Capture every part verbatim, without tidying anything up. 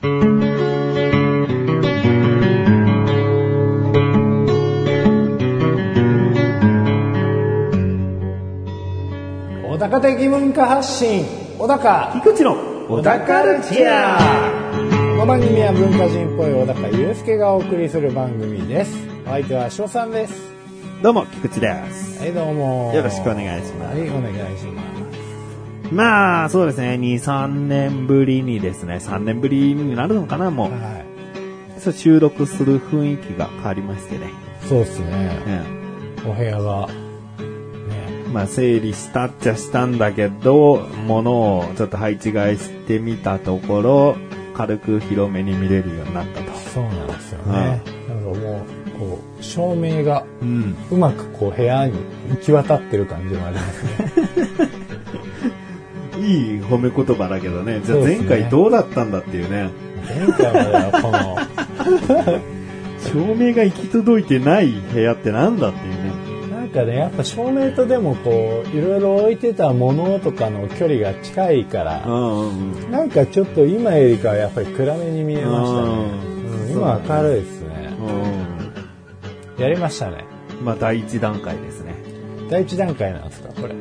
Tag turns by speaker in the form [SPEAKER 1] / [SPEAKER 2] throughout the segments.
[SPEAKER 1] 小高的文化発信、小高
[SPEAKER 2] 菊池の
[SPEAKER 1] 小高カルチャー。この番組は文化人っぽい小高祐介がお送りする番組です。お相手は翔さんです。
[SPEAKER 2] どうも菊池です。
[SPEAKER 1] はい、どうも
[SPEAKER 2] よろしくお願いします。
[SPEAKER 1] はい、お願いします。
[SPEAKER 2] まあそうですね、に、さんねんぶりにですね、さんねんぶりになるのかな、もう、はい、そう収録する雰囲気が変わりましてね。
[SPEAKER 1] そうですね、うん、お部屋が
[SPEAKER 2] まあ整理したっちゃしたんだけど、物をちょっと配置換えしてみたところ、軽く広めに見れるようになったと。
[SPEAKER 1] そうなんですよね。うん、なんかもうこう照明がうまくこう部屋に行き渡ってる感じもありますね。
[SPEAKER 2] いい褒め言葉だけどね。じゃあ前回どうだったんだっていうね。
[SPEAKER 1] 前回まではこの
[SPEAKER 2] 照明が行き届いてない部屋ってなんだっていうね。
[SPEAKER 1] なんかね、やっぱ照明とでもこういろいろ置いてたものとかの距離が近いから、うんうん、なんかちょっと今よりかはやっぱり暗めに見えましたね。うん、今明るいですね、うん。やりましたね。
[SPEAKER 2] まあ第一段階ですね。
[SPEAKER 1] 第一段階なんですかこれ。うん、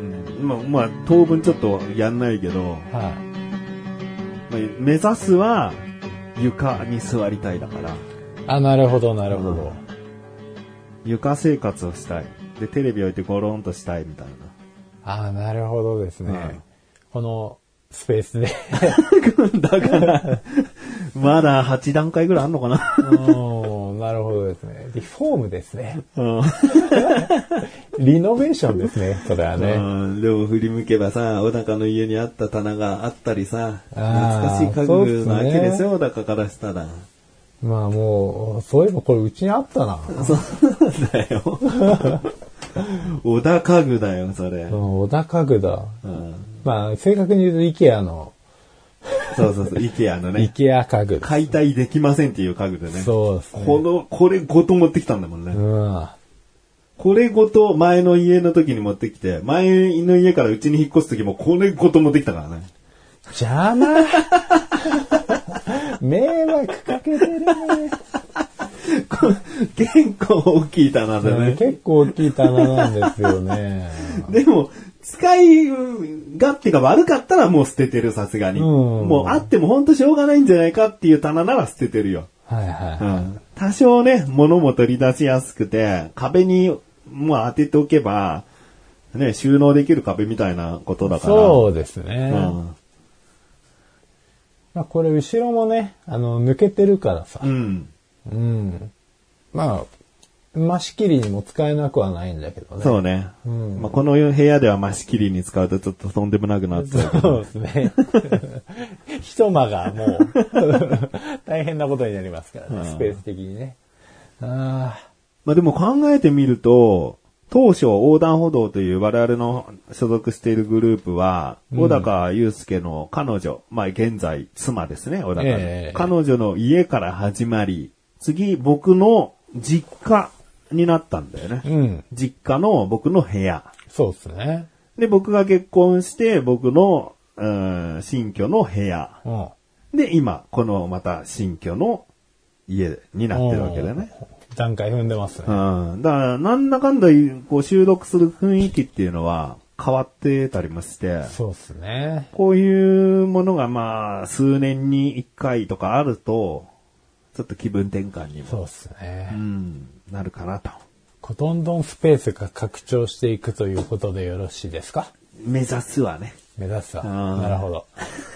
[SPEAKER 2] まあまあ当分ちょっとやんないけど、はい、まあ、目指すは床に座りたいだから。
[SPEAKER 1] あ、なるほどなるほど。うん、
[SPEAKER 2] 床生活をしたい。でテレビ置いてゴロンとしたいみたいな。
[SPEAKER 1] ああ、なるほどですね。うん、このスペースで
[SPEAKER 2] だからまだはち段階ぐらいあんのかな。
[SPEAKER 1] おー、なるほどですね。リフォームですね。うん、リノベーションですね。それはね。うん、
[SPEAKER 2] でも振り向けばさ、小高の家にあった棚があったりさ、懐かしい家具なわけですよ、小高からしたら。
[SPEAKER 1] まあもう、そういえばこれうちにあったな。
[SPEAKER 2] そうだよ。小田家具だよ、それ。
[SPEAKER 1] うん、小田家具だ。うん、まあ、正確に言うと IKEA の。
[SPEAKER 2] そうそうそう、IKEA のね。
[SPEAKER 1] IKEA 家具。
[SPEAKER 2] 解体できませんっていう家具でね。
[SPEAKER 1] そうですね。
[SPEAKER 2] この、これごと持ってきたんだもんね。
[SPEAKER 1] うん。
[SPEAKER 2] これごと前の家の時に持ってきて、前の家からうちに引っ越す時もこれごと持ってきたからね。
[SPEAKER 1] 邪魔迷惑かけてるね。
[SPEAKER 2] 結構大きい棚だね。
[SPEAKER 1] 結構大きい棚なんですよね。
[SPEAKER 2] でも、使い勝手が悪かったらもう捨ててる、さすがに。うん、もうあってもほんとしょうがないんじゃないかっていう棚なら捨ててるよ。
[SPEAKER 1] はいはい、
[SPEAKER 2] うん。多少ね、物も取り出しやすくて、壁にもう当てておけば、ね、収納できる壁みたいなことだから。
[SPEAKER 1] そうですね。うんまあ、これ後ろもね、あの、抜けてるからさ。うん。うん。まあ、増し切りにも使えなくはないんだけどね。
[SPEAKER 2] そうね。うん。まあ、この部屋では増し切りに使うとちょっととんでもなくなっちゃう。
[SPEAKER 1] そうですね。一間がもう、大変なことになりますからね、うん、スペース的にね。
[SPEAKER 2] あまあでも考えてみると、当初横断歩道という我々の所属しているグループは、うん、小高祐介の彼女、まあ現在妻ですね、小高、えー、彼女の家から始まり、次僕の実家になったんだよね。うん、実家の僕の部屋。
[SPEAKER 1] そうですね。
[SPEAKER 2] で、僕が結婚して僕の、うん、新居の部屋、うん。で、今、このまた新居の家になってるわけだよね。
[SPEAKER 1] 段階踏んでますね。
[SPEAKER 2] うん。だから、なんだかんだこう収録する雰囲気っていうのは変わってたりもして。
[SPEAKER 1] そうですね。
[SPEAKER 2] こういうものがまあ、数年に一回とかあると、ちょっと気分転換にも。
[SPEAKER 1] そうですね。
[SPEAKER 2] うん。なるかなと。
[SPEAKER 1] どんどんスペースが拡張していくということでよろしいですか？
[SPEAKER 2] 目指すはね。
[SPEAKER 1] 目指すは。なるほど。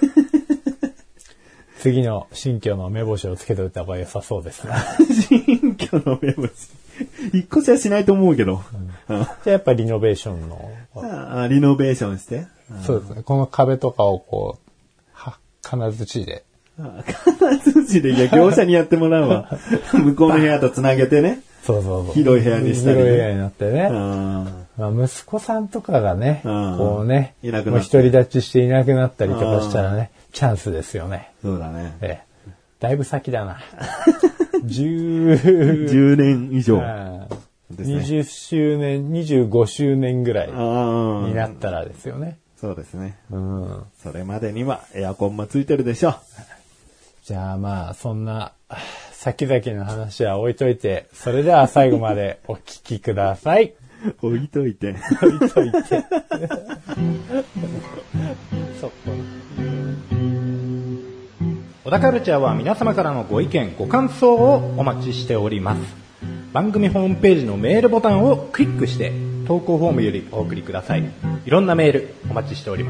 [SPEAKER 1] 次の新居の目星をつけておいた方が良さそうですね。
[SPEAKER 2] 新居の目星。引っ越しはしないと思うけど。
[SPEAKER 1] うん、じゃあやっぱりリノベーションの。
[SPEAKER 2] ああリノベーションして。
[SPEAKER 1] そうですね。この壁とかをこう、は、金槌で。
[SPEAKER 2] 金槌で、いや、業者にやってもらうわ。向こうの部屋とつなげてね。
[SPEAKER 1] そうそうそう。
[SPEAKER 2] 広い部屋にしたり、ね。
[SPEAKER 1] 広い部屋になってね。まあ、息子さんとかがね、こうね、
[SPEAKER 2] いなくなって、
[SPEAKER 1] もう独り立ちしていなくなったりとかしたらね、チャンスですよね。
[SPEAKER 2] そうだね。
[SPEAKER 1] ええ、だいぶ先だな。じゅう、
[SPEAKER 2] じゅうねん以上、
[SPEAKER 1] ね。にじゅっしゅうねん、にじゅうごしゅうねんぐらいになったらですよね。
[SPEAKER 2] そうですね。うん。それまでにはエアコンもついてるでしょ。
[SPEAKER 1] じゃあまあ、そんな、先々の話は置いといて、それでは最後までお聞きください。
[SPEAKER 2] 置いといて。
[SPEAKER 1] 置いといて。そこ。
[SPEAKER 3] 小田カルチャーは皆様からのご意見、ご感想をお待ちしております。番組ホームページのメールボタンをクリックして、投稿フォームよりお送りください。いろんなメールお待ちしております。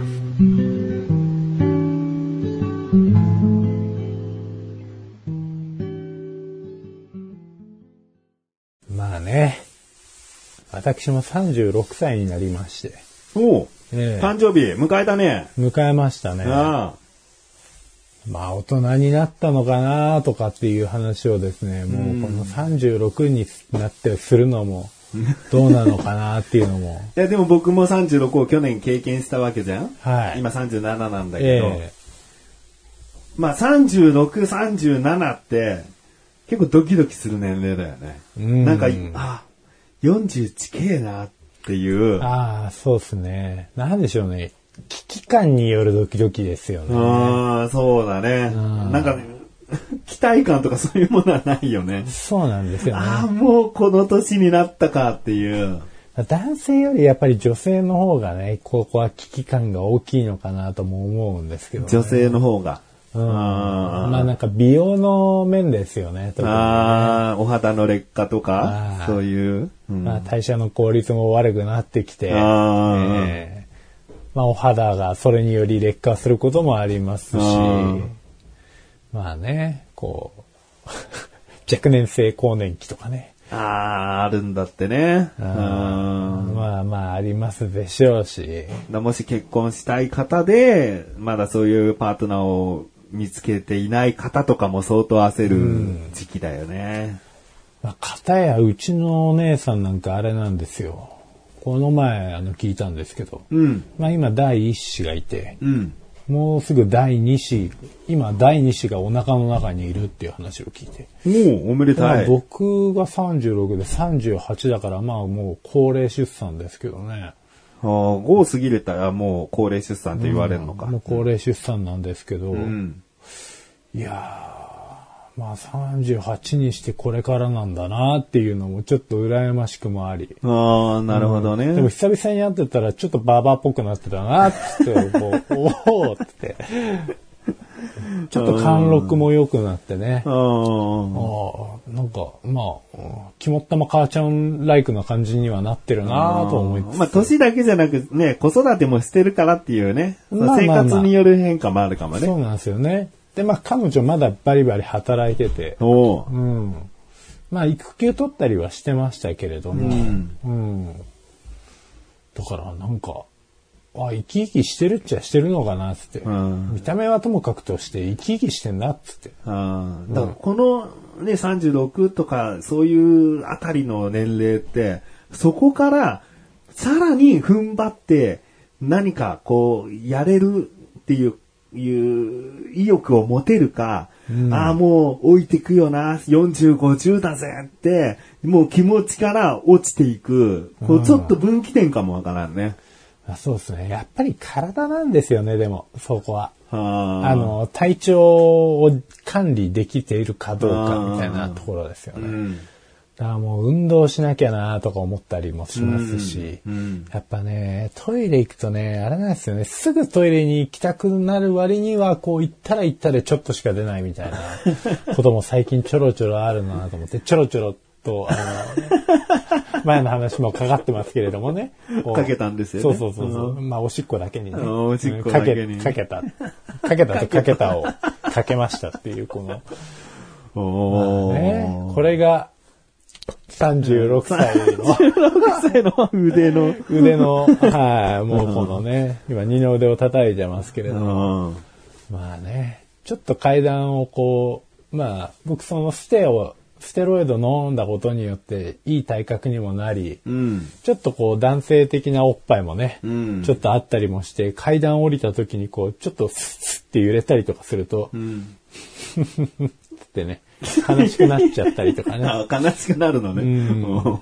[SPEAKER 1] まあね、私もさんじゅうろくさいになりまして。
[SPEAKER 2] おう、
[SPEAKER 1] ええ、
[SPEAKER 2] 誕生日迎えたね。
[SPEAKER 1] 迎えましたね。
[SPEAKER 2] ああ、
[SPEAKER 1] まあ大人になったのかなとかっていう話をですね、もうこのさんじゅうろくになってするのもどうなのかなっていうのも。
[SPEAKER 2] いやでも僕もさんじゅうろくを去年経験したわけじゃん。
[SPEAKER 1] はい。
[SPEAKER 2] 今さんじゅうなななんだけど、
[SPEAKER 1] ええ、
[SPEAKER 2] まあさんじゅうろく、さんじゅうななって結構ドキドキする年齢だよね。
[SPEAKER 1] うん、
[SPEAKER 2] なんか、あ、よんじゅう近えなっていう。
[SPEAKER 1] ああ、そうですね。なんでしょうね。危機感によるドキドキですよね。
[SPEAKER 2] ああ、そうだね。なんか、期待感とかそういうものはないよね。
[SPEAKER 1] そうなんですよね。
[SPEAKER 2] ああ、もうこの年になったかっていう。
[SPEAKER 1] 男性よりやっぱり女性の方がね、ここは危機感が大きいのかなとも思うんですけどね。
[SPEAKER 2] 女性の方が。
[SPEAKER 1] うん、あまあなんか美容の面ですよね。特にね、
[SPEAKER 2] ああ、お肌の劣化とか、そういう、
[SPEAKER 1] うん、まあ代謝の効率も悪くなってきて、
[SPEAKER 2] あ
[SPEAKER 1] えー、まあお肌がそれにより劣化することもありますし、まあね、こう若年性更年期とかね。
[SPEAKER 2] ああ、あるんだってね。
[SPEAKER 1] あまあまあありますでしょうし。
[SPEAKER 2] もし結婚したい方で、まだそういうパートナーを見つけていない方とかも相当焦る時期だよね。
[SPEAKER 1] まあ、片やうちのお姉さんなんかあれなんですよ。この前あの聞いたんですけど、
[SPEAKER 2] うん、
[SPEAKER 1] まあ今第一子がいて、
[SPEAKER 2] うん、
[SPEAKER 1] もうすぐ第二子、今第二子がお腹の中にいるっていう話を聞いて。
[SPEAKER 2] おお、おめでたい。
[SPEAKER 1] 僕がさんじゅうろくでさんじゅうはちだからまあもう高齢出産ですけどね。
[SPEAKER 2] ああ、ご過ぎれたらもう高齢出産って言われるのか。
[SPEAKER 1] うん、もう高齢出産なんですけど、
[SPEAKER 2] うん、
[SPEAKER 1] いやー、まあさんじゅうはちにしてこれからなんだなっていうのもちょっと羨ましくもあり。
[SPEAKER 2] ああ、なるほどね、
[SPEAKER 1] うん。でも久々に会ってたらちょっとバーバーっぽくなってたなってって、こうおおって。ちょっと貫禄も良くなってね。ああ、なんか、まあ、肝っ玉母ちゃんライクな感じにはなってるなと思いつつ。
[SPEAKER 2] まあ、年だけじゃなくね、子育てもしてるからっていうね、まあ、生活による変化もあるかもね。
[SPEAKER 1] そうなんですよね。で、まあ、彼女まだバリバリ働いてて。
[SPEAKER 2] お
[SPEAKER 1] うん。まあ、育休取ったりはしてましたけれども。うん。うん、だから、なんか、あ、生き生きしてるっちゃしてるのかなっつって、うん、見た目はともかくとして生き生きしてんなっつって。
[SPEAKER 2] あだからこのねさんじゅうろくとかそういうあたりの年齢ってそこからさらに踏ん張って何かこうやれるっていう、いう意欲を持てるか、うん、ああもう置いてくよなよんじゅう、ごじゅうだぜってもう気持ちから落ちていく、こうちょっと分岐点かもわからんね。
[SPEAKER 1] そうですね。やっぱり体なんですよね、でも、そこは。
[SPEAKER 2] あ,
[SPEAKER 1] あの、体調を管理できているかどうかみたいなところですよね。うん、だからもう運動しなきゃなとか思ったりもしますし、うんうん、やっぱね、トイレ行くとね、あれなんですよね、すぐトイレに行きたくなる割には、こう行ったら行ったでちょっとしか出ないみたいなことも最近ちょろちょろあるなと思って、ちょろちょろと、あの、前の話もかかってますけれどもね。
[SPEAKER 2] かけたんですよね。
[SPEAKER 1] そうそうそう。うん、まあ、おしっこだけにね。
[SPEAKER 2] おしっこだけに。
[SPEAKER 1] かけた。かけたとかけたをかけましたっていう、この。
[SPEAKER 2] おー、
[SPEAKER 1] まあね、これが、さんじゅうろくさいの。
[SPEAKER 2] さんじゅうろくさいの腕の。
[SPEAKER 1] 腕の、はい、もうこのね、今二の腕を叩いてますけれども。まあね、ちょっと階段をこう、まあ、僕そのステを、ステロイド飲んだことによっていい体格にもなり、うん、ちょっとこう男性的なおっぱいもね、うん、ちょっとあったりもして階段降りた時にこうちょっとスッスッって揺れたりとかすると、うん、ってね悲しくなっちゃったりとかね
[SPEAKER 2] 悲しくなるのね、うん、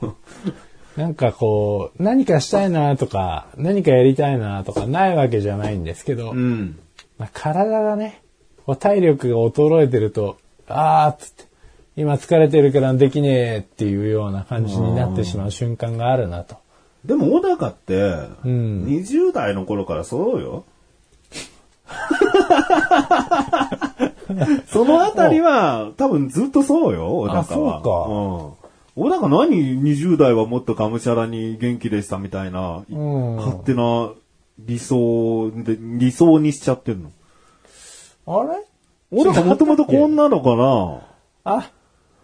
[SPEAKER 1] なんかこう何かしたいなとか何かやりたいなとかないわけじゃないんですけど、うん、まあ、体がねこう体力が衰えてると、あーっつって、今疲れてるからできねえっていうような感じになってしまう瞬間があるなと。
[SPEAKER 2] でも小高って、
[SPEAKER 1] うん、
[SPEAKER 2] にじゅう代の頃からそうよ。そのあたりは多分ずっとそうよ、小高は。
[SPEAKER 1] あ、そう
[SPEAKER 2] か。うん。小高何にじゅう代はもっとがむしゃらに元気でしたみたいな、うん、勝手な理想で、理想にしちゃってるの。
[SPEAKER 1] あれ
[SPEAKER 2] 小高もともとこんなのかな
[SPEAKER 1] あ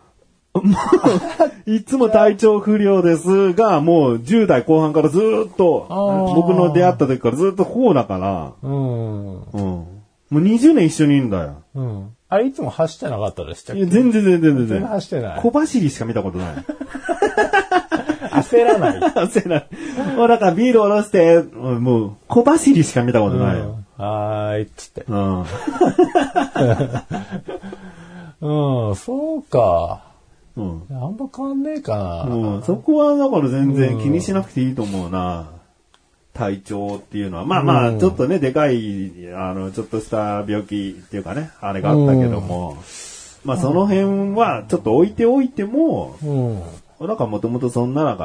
[SPEAKER 2] いつも体調不良ですが、もうじゅう代後半からずっと、僕の出会った時からずっとこうだから、うん。うん。もうにじゅうねん一緒にいるんだよ。
[SPEAKER 1] うん。あれいつも走ってなかったでしたっけ？
[SPEAKER 2] いや、全然全然全然。
[SPEAKER 1] 全然走ってない。
[SPEAKER 2] 小走りしか見たことない。
[SPEAKER 1] 焦らない。
[SPEAKER 2] 焦らない。もうだからビール下ろして、もう小走りしか見たことないよ。
[SPEAKER 1] うん、はーい、つって。うん。うん、そうか。うん、あんま変わんねえかな、
[SPEAKER 2] うん。そこはだから全然気にしなくていいと思うな。体調っていうのは。まあまあ、ちょっとね、でかい、あの、ちょっとした病気っていうかね、あれがあったけども、まあその辺はちょっと置いておいても、うん、なんかもともとそんなだから、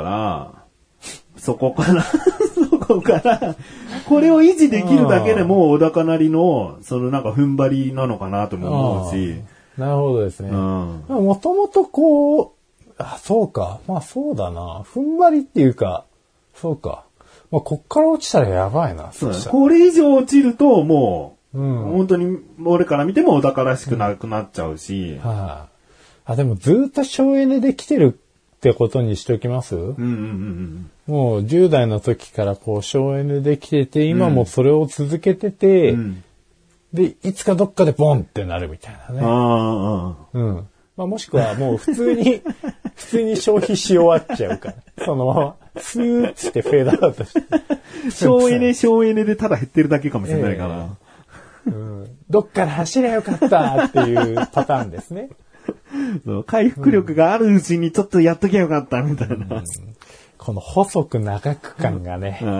[SPEAKER 2] そこから、そこから、これを維持できるだけでも、小高なりの、そのなんか踏ん張りなのかなとも思うし、
[SPEAKER 1] なるほどですね。もともとこう、あ、そうか。まあそうだな。踏ん張りっていうか、そうか。まあこっから落ちたらやばいな。
[SPEAKER 2] そうだ。これ以上落ちるともう、うん、本当に俺から見ても小高らしくなくなっちゃうし。
[SPEAKER 1] うん、はあ、あ、でもずっと省エネで来てるってことにしておきます？うんうんうんうん、もうじゅう代の時からこう省エネで来てて、今もそれを続けてて、うん、で、いつかどっかでボンってなるみたいなね。ああ、うん。まあもしくはもう普通に、普通に消費し終わっちゃうから。そのまま、スーッつってフェードアウトして。
[SPEAKER 2] 省エネ、省エネでただ減ってるだけかもしれないから。
[SPEAKER 1] えーうん、どっから走ればよかったっていうパターンですね。
[SPEAKER 2] そう回復力があるうちにちょっとやっときゃよかったみたいな。うん、
[SPEAKER 1] この細く長く感がね。うん、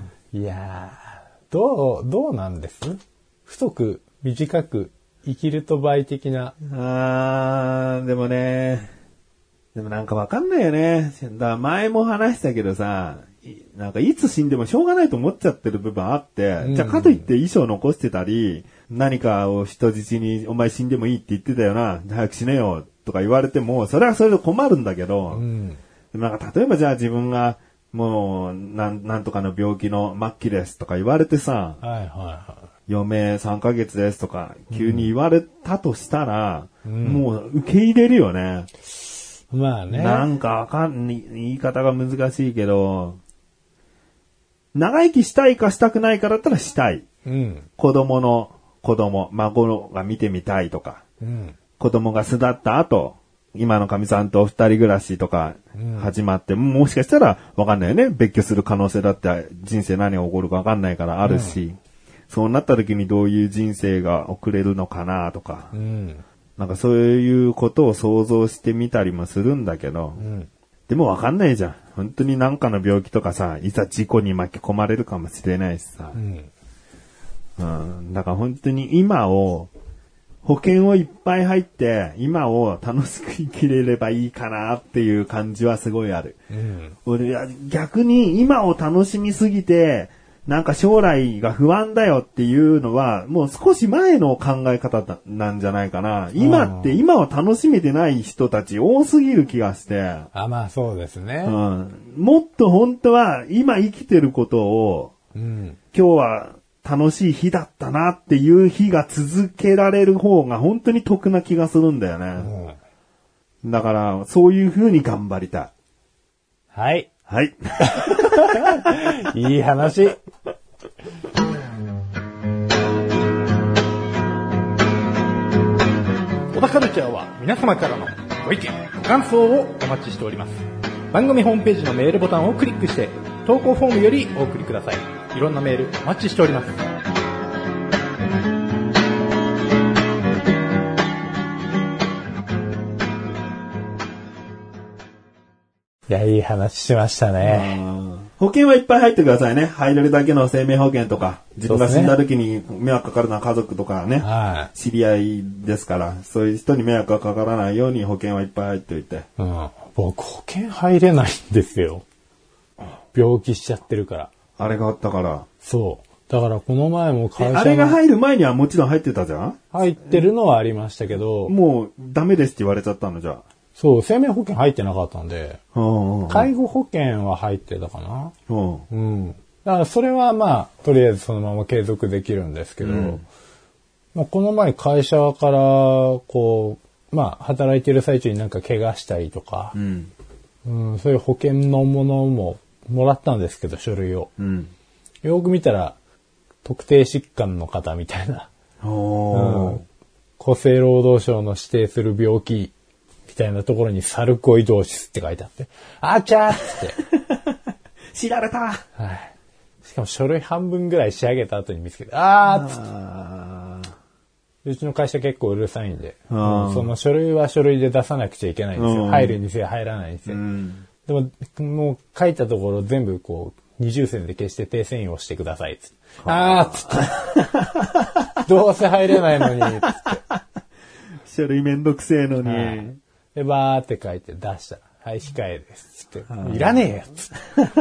[SPEAKER 1] いやー、どう、どうなんです太く短く生きると倍的な。
[SPEAKER 2] あー、でもね、でもなんかわかんないよね。だから前も話したけどさ、なんかいつ死んでもしょうがないと思っちゃってる部分あって、うん、じゃあかといって遺書を残してたり、何かを人質にお前死んでもいいって言ってたよな、早く死ねよとか言われても、それはそれで困るんだけど、うん、なんか例えばじゃあ自分がもうなん、なんとかの病気の末期ですとか言われてさ、はいはいはい、余命さんかげつですとか急に言われたとしたら、うん、もう受け入れるよね。
[SPEAKER 1] まあね。
[SPEAKER 2] なんかわかんない、言い方が難しいけど、長生きしたいかしたくないかだったらしたい。うん、子供の子供、孫が見てみたいとか、うん、子供が巣立った後、今の神さんと二人暮らしとか始まって、うん、もしかしたらわかんないよね。別居する可能性だって人生何が起こるかわかんないからあるし、うん、そうなった時にどういう人生が送れるのかなとか、うん、なんかそういうことを想像してみたりもするんだけど、うん、でもわかんないじゃん。本当になんかの病気とかさ、いざ事故に巻き込まれるかもしれないしさ、うんうん、だから本当に今を、保険をいっぱい入って、今を楽しく生きれればいいかなっていう感じはすごいある。うん、俺は逆に今を楽しみすぎて、なんか将来が不安だよっていうのは、もう少し前の考え方なんじゃないかな。今って今を楽しめてない人たち多すぎる気がして。
[SPEAKER 1] あ、まあそうですね。
[SPEAKER 2] うん、もっと本当は今生きてることを、うん、今日は楽しい日だったなっていう日が続けられる方が本当に得な気がするんだよね。うん、だからそういう風に頑張りたい。
[SPEAKER 1] はい。
[SPEAKER 2] はい。
[SPEAKER 1] いい話。
[SPEAKER 3] 小田カルチャーは皆様からのご意見、ご感想をお待ちしております。番組ホームページのメールボタンをクリックして投稿フォームよりお送りください。いろんなメールお待ちしております。
[SPEAKER 1] いや、いい話しましたね。
[SPEAKER 2] 保険はいっぱい入ってくださいね。入れるだけの生命保険とか、自分が死んだ時に迷惑かかるのは家族とかね、
[SPEAKER 1] はい、
[SPEAKER 2] 知り合いですから、そういう人に迷惑がかからないように保険はいっぱい入っておいて。
[SPEAKER 1] うん、僕保険入れないんですよ。病気しちゃってるから。
[SPEAKER 2] あれがあったから。
[SPEAKER 1] そう。だからこの前も会社の
[SPEAKER 2] あれが入る前にはもちろん入ってたじゃん？
[SPEAKER 1] 入ってるのはありましたけど。
[SPEAKER 2] もうダメですって言われちゃったのじゃあ。
[SPEAKER 1] そう、生命保険入ってなかったんで、
[SPEAKER 2] うんうん、
[SPEAKER 1] 介護保険は入ってたかな。
[SPEAKER 2] うん。
[SPEAKER 1] うん。だからそれはまあ、とりあえずそのまま継続できるんですけど、うん、まあ、この前会社から、こう、まあ、働いてる最中になんか怪我したりとか、うんうん、そういう保険のものももらったんですけど、書類を。うん、よく見たら、特定疾患の方みたいな、
[SPEAKER 2] おー、
[SPEAKER 1] うん、厚生労働省の指定する病気、みたいなところにサルコイドーシスって書いてあって、あちゃーっつって。
[SPEAKER 2] 知られた、
[SPEAKER 1] はい。しかも書類半分ぐらい仕上げた後に見つけて、あーっつって。あうちの会社結構うるさいんで、うん、その書類は書類で出さなくちゃいけないんですよ。うん、入るにせよ入らないにせよ。うん、でも、もう書いたところ全部こう、二重線で消して訂正印をしてくださいっつって。あーっつって。どうせ入れないのに、つって。
[SPEAKER 2] 書類めんどくせえのに。
[SPEAKER 1] はいで、バーって書いて出したら、はい、控えです。つって、いらねえよつって。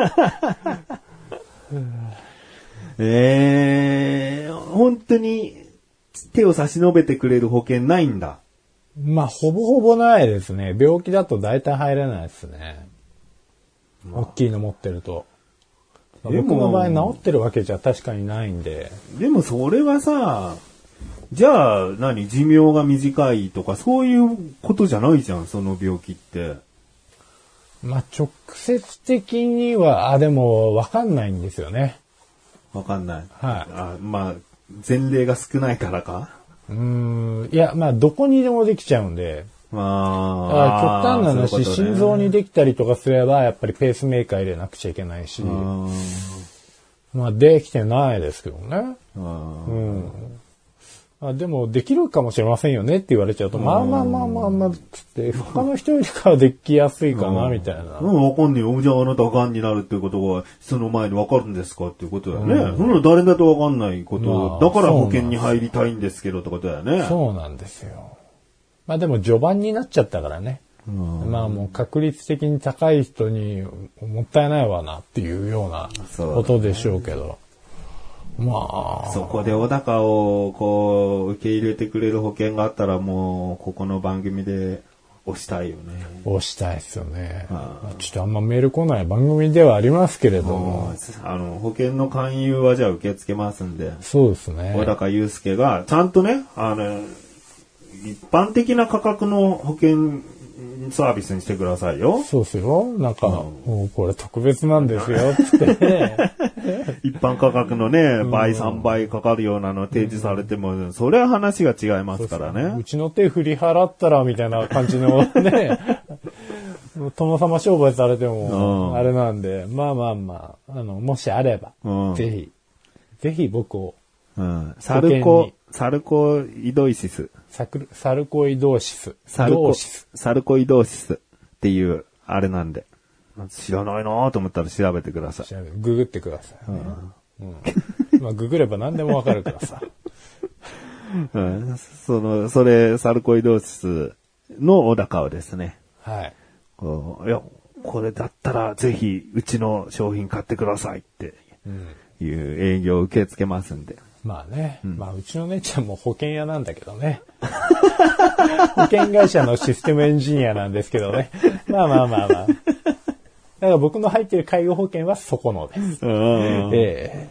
[SPEAKER 2] えー、本当に手を差し伸べてくれる保険ないんだ。
[SPEAKER 1] まあ、ほぼほぼないですね。病気だと大体入れないですね。まあ、大きいの持ってると。僕の場合治ってるわけじゃ確かにないんで。
[SPEAKER 2] でもそれはさ、じゃあ何寿命が短いとかそういうことじゃないじゃん、その病気って。
[SPEAKER 1] まあ直接的にはあでも分かんないんですよね。
[SPEAKER 2] 分かんない。
[SPEAKER 1] はい。
[SPEAKER 2] あまあ前例が少ないからか。
[SPEAKER 1] うーんいやまあどこにでもできちゃうんで。
[SPEAKER 2] ま
[SPEAKER 1] あ極端な話、ね、心臓にできたりとかすればやっぱりペースメーカー入れなくちゃいけないし。あまあできてないですけどね。あうんあでも、できるかもしれませんよねって言われちゃうと、まあまあまあまあまあ、つって、他の人よりかはできやすいかな、みたいな。
[SPEAKER 2] うん、わかんねえよ。じゃああなたが癌になるっていうことが、その前にわかるんですかっていうことだよね。うん、そんな誰だとわかんないこと、まあ、だから保険に入りたいんですけどってことだよね。
[SPEAKER 1] そうなんですよ。まあでも序盤になっちゃったからね。うん、まあもう確率的に高い人にもったいないわなっていうようなことでしょうけど。まあ。
[SPEAKER 2] そこで小高をこう受け入れてくれる保険があったらもうここの番組で押したいよね。
[SPEAKER 1] 押したいですよね。あちょっとあんまメール来ない番組ではありますけれども。
[SPEAKER 2] あの保険の勧誘はじゃあ受け付けますんで。
[SPEAKER 1] そうですね。
[SPEAKER 2] 小高祐介がちゃんとね、あの、一般的な価格の保険サービスにしてくださいよ。
[SPEAKER 1] そうですよ。なんか、うん、もうこれ特別なんですよ、つって、ね。
[SPEAKER 2] 一般価格のね、倍、さんばいかかるようなの提示されても、うん、それは話が違いますからね。
[SPEAKER 1] そうそう。うちの手振り払ったら、みたいな感じのね、殿様商売されても、あれなんで、うん、まあまあまあ、あの、もしあれば、うん、ぜひ、ぜひ僕を、
[SPEAKER 2] うん、サルコ、サルコイドイシス。
[SPEAKER 1] サクサルコイドーシス。
[SPEAKER 2] サルコ、サルコイドーシスっていう、あれなんで。知らないなぁと思ったら調べてください。
[SPEAKER 1] ググってください、ね。うんうん、まあ、ググれば何でもわかるからさ。
[SPEAKER 2] うん、その、それ、サルコイドーシスの小高をですね。
[SPEAKER 1] はい。
[SPEAKER 2] こういや、これだったらぜひ、うちの商品買ってくださいっていう営業を受け付けますんで。
[SPEAKER 1] まあね、うん、まあうちの姉ちゃんも保険屋なんだけどね。保険会社のシステムエンジニアなんですけどね。まあまあまあまあ。だから僕の入っている介護保険はそこのです。え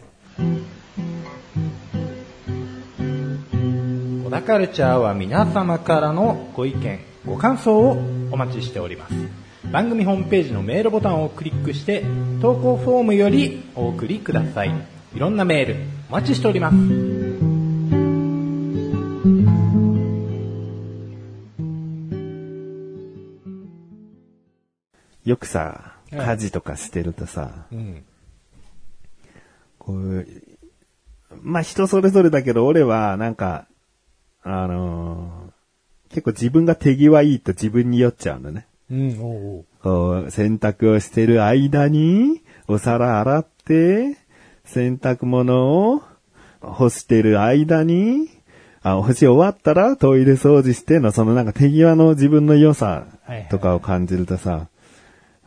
[SPEAKER 3] え。小田カルチャーは皆様からのご意見、ご感想をお待ちしております。番組ホームページのメールボタンをクリックして投稿フォームよりお送りください。いろんなメールお待ちしております。
[SPEAKER 2] よくさ、家事とかしてるとさ、うん、こうまあ人それぞれだけど俺はなんかあのー、結構自分が手際いいと自分に酔っちゃうのね。
[SPEAKER 1] うん、おうおう
[SPEAKER 2] こう洗濯をしてる間にお皿洗って、洗濯物を干してる間に、あ、干し終わったらトイレ掃除しての、そのなんか手際の自分の良さとかを感じるとさ、はいはい、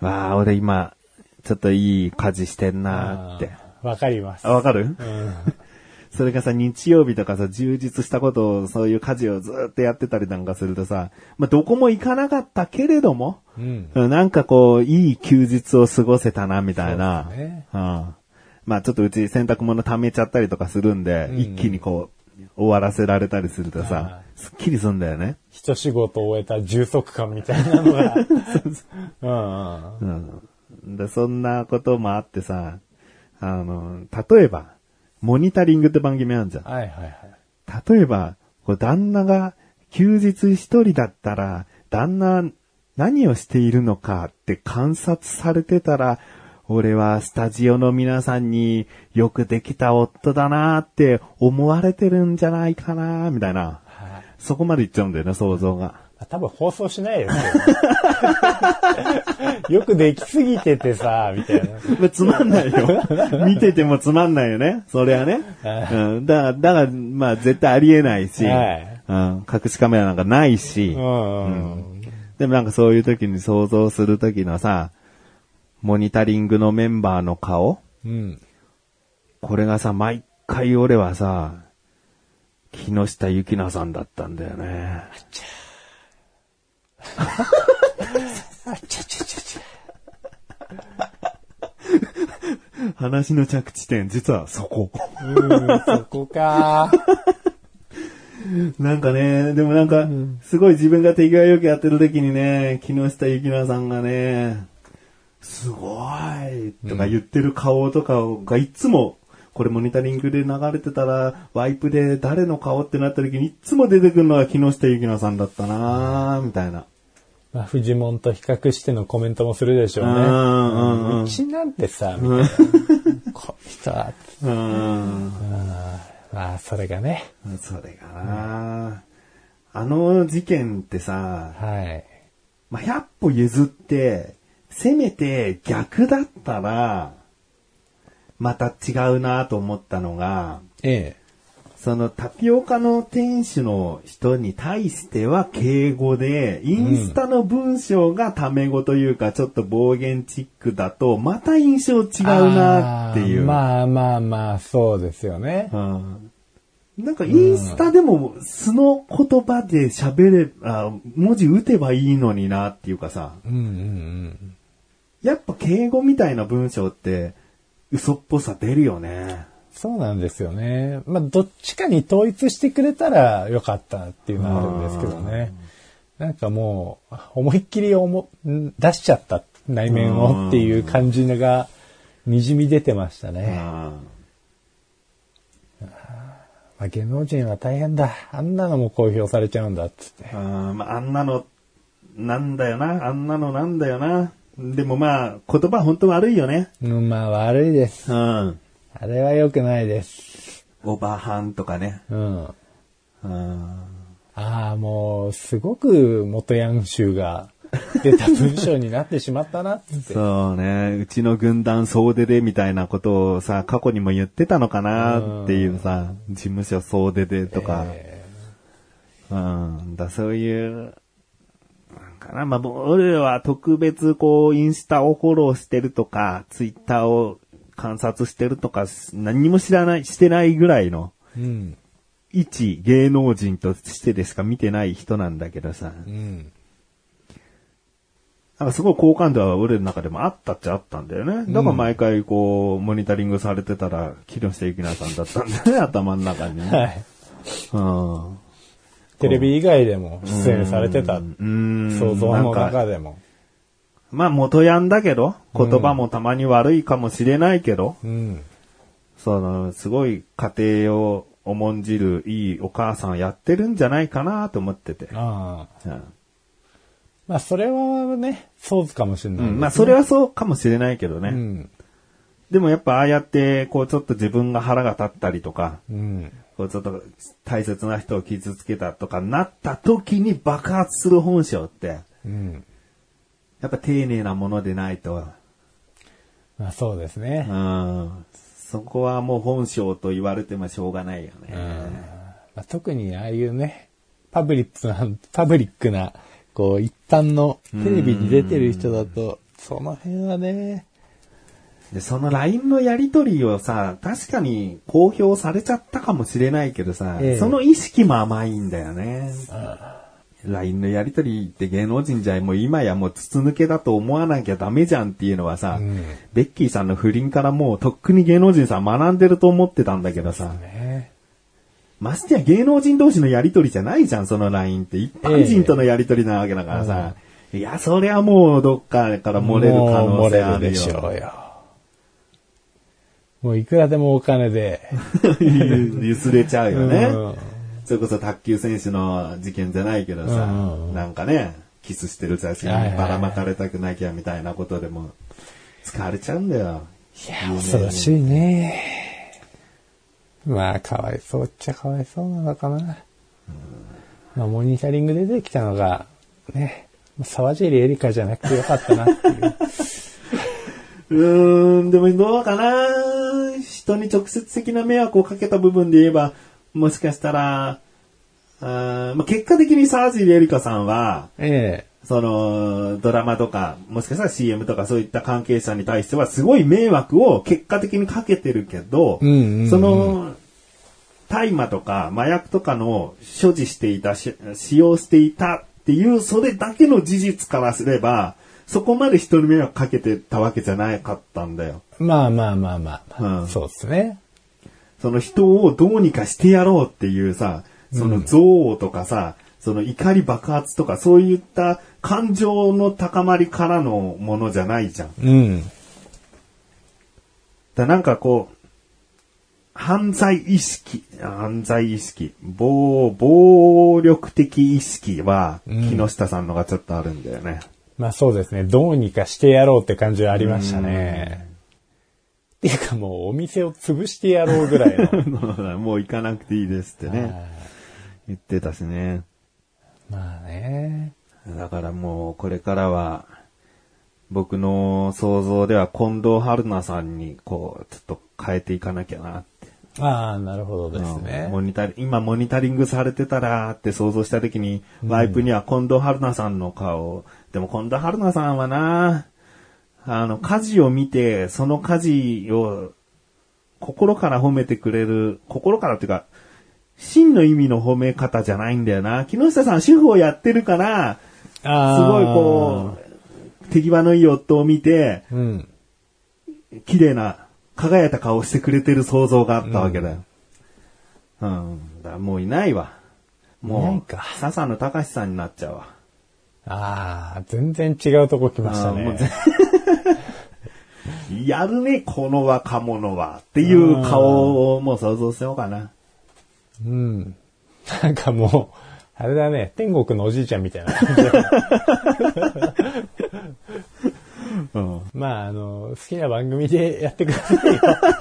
[SPEAKER 2] わあ、俺今、ちょっといい家事してんなーって。
[SPEAKER 1] わかります。
[SPEAKER 2] あ、わかる？
[SPEAKER 1] うん。
[SPEAKER 2] それがさ、日曜日とかさ、充実したことを、そういう家事をずーっとやってたりなんかするとさ、まあ、どこも行かなかったけれども、うん、なんかこう、いい休日を過ごせたな、みたいな。そうですね。うん。まあ、ちょっとうち洗濯物溜めちゃったりとかするんで、うん、一気にこう、終わらせられたりするとさ、すっきりすんだよね。
[SPEAKER 1] 一仕事終えた充足感みたいなのが。うん
[SPEAKER 2] うんうん、でそんなこともあってさ、あの、例えば、モニタリングって番組あるじゃん。
[SPEAKER 1] はいはいはい。
[SPEAKER 2] 例えば、こう旦那が休日一人だったら、旦那何をしているのかって観察されてたら、俺はスタジオの皆さんによくできた夫だなって思われてるんじゃないかなみたいな。はい、そこまで言っちゃうんだよね、想像が。
[SPEAKER 1] 多分放送しないですよ。よくできすぎててさ、みたい
[SPEAKER 2] な。つまんないよ。見ててもつまんないよね。それはね。うん、だから、だから、まあ絶対ありえないし、はい、うん、隠しカメラなんかないし、うんうん、でもなんかそういう時に想像する時のさ、モニタリングのメンバーの顔、うん、これがさ、毎回俺はさ、木下ゆきなさんだったんだよね。話の着地点、実はそこ。
[SPEAKER 1] うーん、そこか。
[SPEAKER 2] なんかね、でもなんか、すごい自分が手際よくやってる時にね、木下ゆきなさんがね、すごいとか言ってる顔とかがいつも、これモニタリングで流れてたら、ワイプで誰の顔ってなった時にいつも出てくるのは木下ゆきなさんだったなみたいな。
[SPEAKER 1] まあ、フジモンと比較してのコメントもするでしょうね。うんうんうん、うちなんてさ、みたいな。この人は。うん、まあ、それがね。
[SPEAKER 2] それがな、うん、あの事件ってさ、はい。まあ、ひゃっぽ譲って、せめて逆だったら、また違うなと思ったのが、ええ。そのタピオカの店主の人に対しては敬語で、インスタの文章がタメ語というか、ちょっと暴言チックだと、また印象違うなっていう。
[SPEAKER 1] まあまあまあ、そうですよね。
[SPEAKER 2] うん、なんかインスタでも素の言葉で喋れ、あ、文字打てばいいのになっていうかさ。うんうんうん、やっぱ敬語みたいな文章って嘘っぽさ出るよね。
[SPEAKER 1] そうなんですよね。まあ、どっちかに統一してくれたらよかったっていうのはあるんですけどね。なんかもう、思いっきりおも出しちゃった内面をっていう感じのが滲み出てましたね。まあ、芸能人は大変だ。あんなのも公表されちゃうんだっつって。
[SPEAKER 2] あ、まあ、あんなのなんだよな。あんなのなんだよな。でもまあ、言葉本当悪いよね。
[SPEAKER 1] うん、まあ悪いです。うん。あれは良くないです。
[SPEAKER 2] オバハンとかね。うん。
[SPEAKER 1] うん、ああ、もう、すごく元ヤン州が出た文章になってしまったなって。
[SPEAKER 2] そうね。うちの軍団総出でみたいなことをさ、過去にも言ってたのかなっていうさ、うん、事務所総出でとか。えー、うん。だ、そういう、かな。まあ、俺は特別こう、インスタをフォローしてるとか、ツイッターを観察してるとか、何も知らない、してないぐらいの、うん、一芸能人としてでしか見てない人なんだけどさ、うん、なんかすごい好感度は俺の中でもあったっちゃあったんだよね。だから毎回こう、モニタリングされてたら、木下ゆきなさんだったんだよね、頭の中にね。はい。
[SPEAKER 1] うんテレビ以外でも出演されてた想像の中でも。
[SPEAKER 2] まあ元ヤンだけど、言葉もたまに悪いかもしれないけど、うん、そのすごい家庭を重んじるいいお母さんやってるんじゃないかなと思ってて。あ
[SPEAKER 1] あ、うん、まあそれはね、そうかもしれない、ね
[SPEAKER 2] うん。まあそれはそうかもしれないけどね。うん、でもやっぱああやってこうちょっと自分が腹が立ったりとか、うんこうちょっと大切な人を傷つけたとかなった時に爆発する本性って、うん、やっぱ丁寧なものでないと
[SPEAKER 1] まあそうですね。
[SPEAKER 2] うん。そこはもう本性と言われてもしょうがないよね。
[SPEAKER 1] うんまあ、特にああいうね、パブリックな、パブリックな、こう一般のテレビに出てる人だと、その辺はね。
[SPEAKER 2] で、その ライン のやりとりをさ、確かに公表されちゃったかもしれないけどさ、ええ、その意識も甘いんだよね。ライン のやりとりって芸能人じゃもう今やもう筒抜けだと思わなきゃダメじゃんっていうのはさ、うん、ベッキーさんの不倫からもうとっくに芸能人さん学んでると思ってたんだけどさ、ね、ましてや芸能人同士のやりとりじゃないじゃん、その ライン って。一般人とのやりとりなわけだからさ、ええ、いや、そりゃもうどっかから漏れる可能性あるよ。漏れるでしょうよ。
[SPEAKER 1] もういくらでもお金で
[SPEAKER 2] ゆすれちゃうよね。うん、それこそ卓球選手の事件じゃないけどさ、うん、なんかね、キスしてる写真ばらまかれたくなきゃみたいなことでも使われちゃうんだよ。
[SPEAKER 1] いや、恐ろしいね。まあ、かわいそうっちゃかわいそうなのかな。うん、まあ、モニタリングで出てきたのが、ね、沢尻エリカじゃなくてよかったなっていう。
[SPEAKER 2] うーん、でもどうかな。人に直接的な迷惑をかけた部分で言えば、もしかしたら、あまあ、結果的に沢尻エリカさんは、ええ、その、ドラマとか、もしかしたら シーエム とかそういった関係者に対してはすごい迷惑を結果的にかけてるけど、うんうんうん、その、大麻とか麻薬とかの所持していた、使用していたっていう、それだけの事実からすれば、そこまで人に迷惑かけてたわけじゃなかったんだよ。
[SPEAKER 1] まあまあまあまあ、うん、そうですね。
[SPEAKER 2] その人をどうにかしてやろうっていうさ、その憎悪とかさ、うん、その怒り爆発とかそういった感情の高まりからのものじゃないじゃん。うん。だなんかこう、犯罪意識、犯罪意識、暴、暴力的意識は、木下さんのがちょっとあるんだよね。
[SPEAKER 1] まあそうですね。どうにかしてやろうって感じはありましたね。っていうかもうお店を潰してやろうぐらいの。
[SPEAKER 2] もう行かなくていいですってね。言ってたしね。
[SPEAKER 1] まあね。
[SPEAKER 2] だからもうこれからは、僕の想像では近藤春菜さんにこう、ちょっと変えていかなきゃなって。
[SPEAKER 1] ああ、なるほどですね。
[SPEAKER 2] モニタリ今モニタリングされてたらって想像したときに、うん、ワイプには近藤春菜さんの顔を、でも近藤春菜さんはな、あの、家事を見て、その家事を心から褒めてくれる、心からっていうか、真の意味の褒め方じゃないんだよな。木下さん主婦をやってるから、すごいこう、手際のいい夫を見て、うん、綺麗な、輝いた顔してくれてる想像があったわけだよ。うん。うん、だもういないわ。もう、笹野隆さんになっちゃうわ。
[SPEAKER 1] ああ、全然違うとこ来ましたね。
[SPEAKER 2] やるね、この若者は。っていう顔をもう想像しようかな。
[SPEAKER 1] うん。なんかもう、あれだね、天国のおじいちゃんみたいな感じだうん、まあ、あの、好きな番組でやってくださいよ。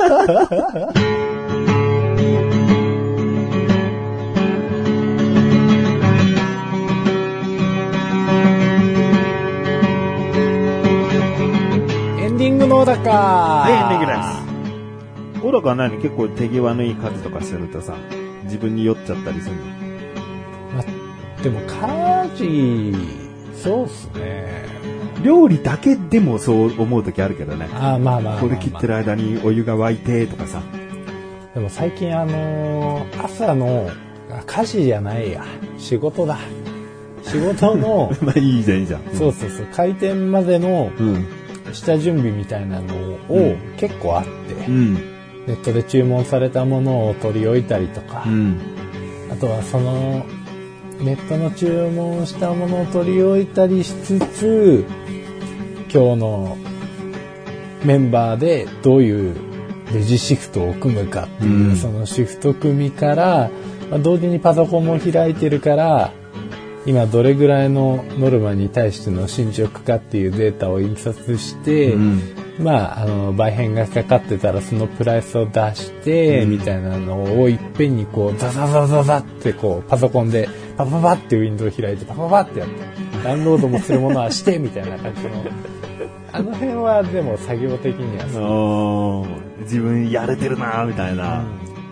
[SPEAKER 1] エンディングの小高。
[SPEAKER 2] はい、エンディングです。小高は何結構手際のいい家事とかしてるとさ、自分に酔っちゃったりするの？
[SPEAKER 1] まあ、でも家事、そうっすね。
[SPEAKER 2] 料理だけでもそう思うときあるけどね。
[SPEAKER 1] ああ、まあまあまあまあ。
[SPEAKER 2] これ切ってる間にお湯が沸いてとかさ。
[SPEAKER 1] でも最近あのー、朝の、家事じゃないや。仕事だ。仕事の。
[SPEAKER 2] まあいいじゃんいいじゃん。
[SPEAKER 1] そうそうそう。開店までの下準備みたいなのを結構あって、うん、ネットで注文されたものを取り置いたりとか、うん、あとはその、ネットの注文したものを取り置いたりしつつ、今日のメンバーでどういうレジシフトを組むかっていう、うん、そのシフト組みから、まあ、同時にパソコンも開いてるから、今どれぐらいのノルマに対しての進捗かっていうデータを印刷して、うん、まあ、あの、売変がかかってたらそのプライスを出して、うん、みたいなのをいっぺんにこう、ザザザザザってこう、パソコンでパパパってウィンドウ開いてパパパってやって、ダウンロードもするものはして、みたいな感じの、 あの辺はでも作業的には
[SPEAKER 2] そう自分やれてるなみたいな、うん、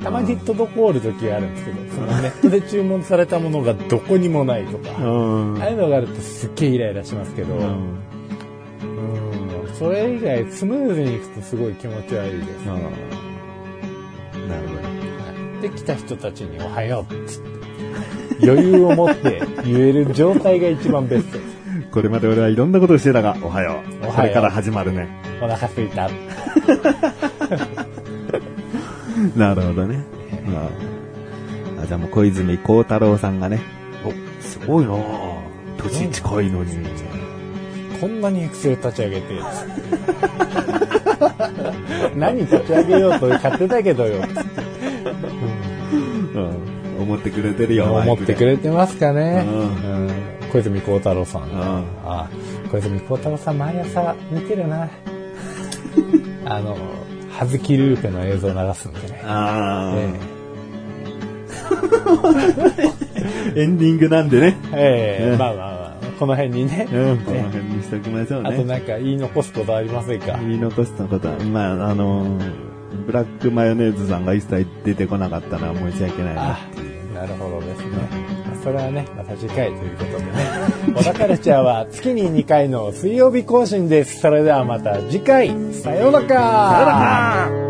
[SPEAKER 1] たまに滞る時があるんですけど、そのネットで注文されたものがどこにもないとか、うん、ああいうのがあるとすっげえイライラしますけど、うんうん、それ以外スムーズにいくとすごい気持ち悪いです、うん、
[SPEAKER 2] なるほど、はい、
[SPEAKER 1] で来た人たちにおはようって余裕を持って言える状態が一番ベストです。
[SPEAKER 2] これまで俺はいろんなことをしてたが、おはよう。これから始まるね。
[SPEAKER 1] お腹すいた。
[SPEAKER 2] なるほどね。あ、じゃあもう小泉孝太郎さんがね、お、すごいなぁ。年近いのに。
[SPEAKER 1] こんなにエクセル立ち上げて。何立ち上げようと買ってたけどよ。
[SPEAKER 2] うん、思ってくれてるよ。
[SPEAKER 1] 思ってくれてますかね。うんうん小泉孝太郎さん、うん、あ小泉孝太郎さん毎朝見てるなあの葉月ルーペの映像を流すんでねあ、え
[SPEAKER 2] ー、エンディングなんでね、
[SPEAKER 1] えーえー、まあまあまあこの辺にね、
[SPEAKER 2] うん、この辺にしておきましょうね。
[SPEAKER 1] あとなんか言い残すことありませんか。
[SPEAKER 2] 言い残すことはまああのブラックマヨネーズさんが一切出てこなかったのは申し訳ないなっていう。
[SPEAKER 1] なるほどですね。それはね、また次回ということでね。小田カルチャーは月ににかいの水曜日更新です。それではまた次回。さようなら。さようなら。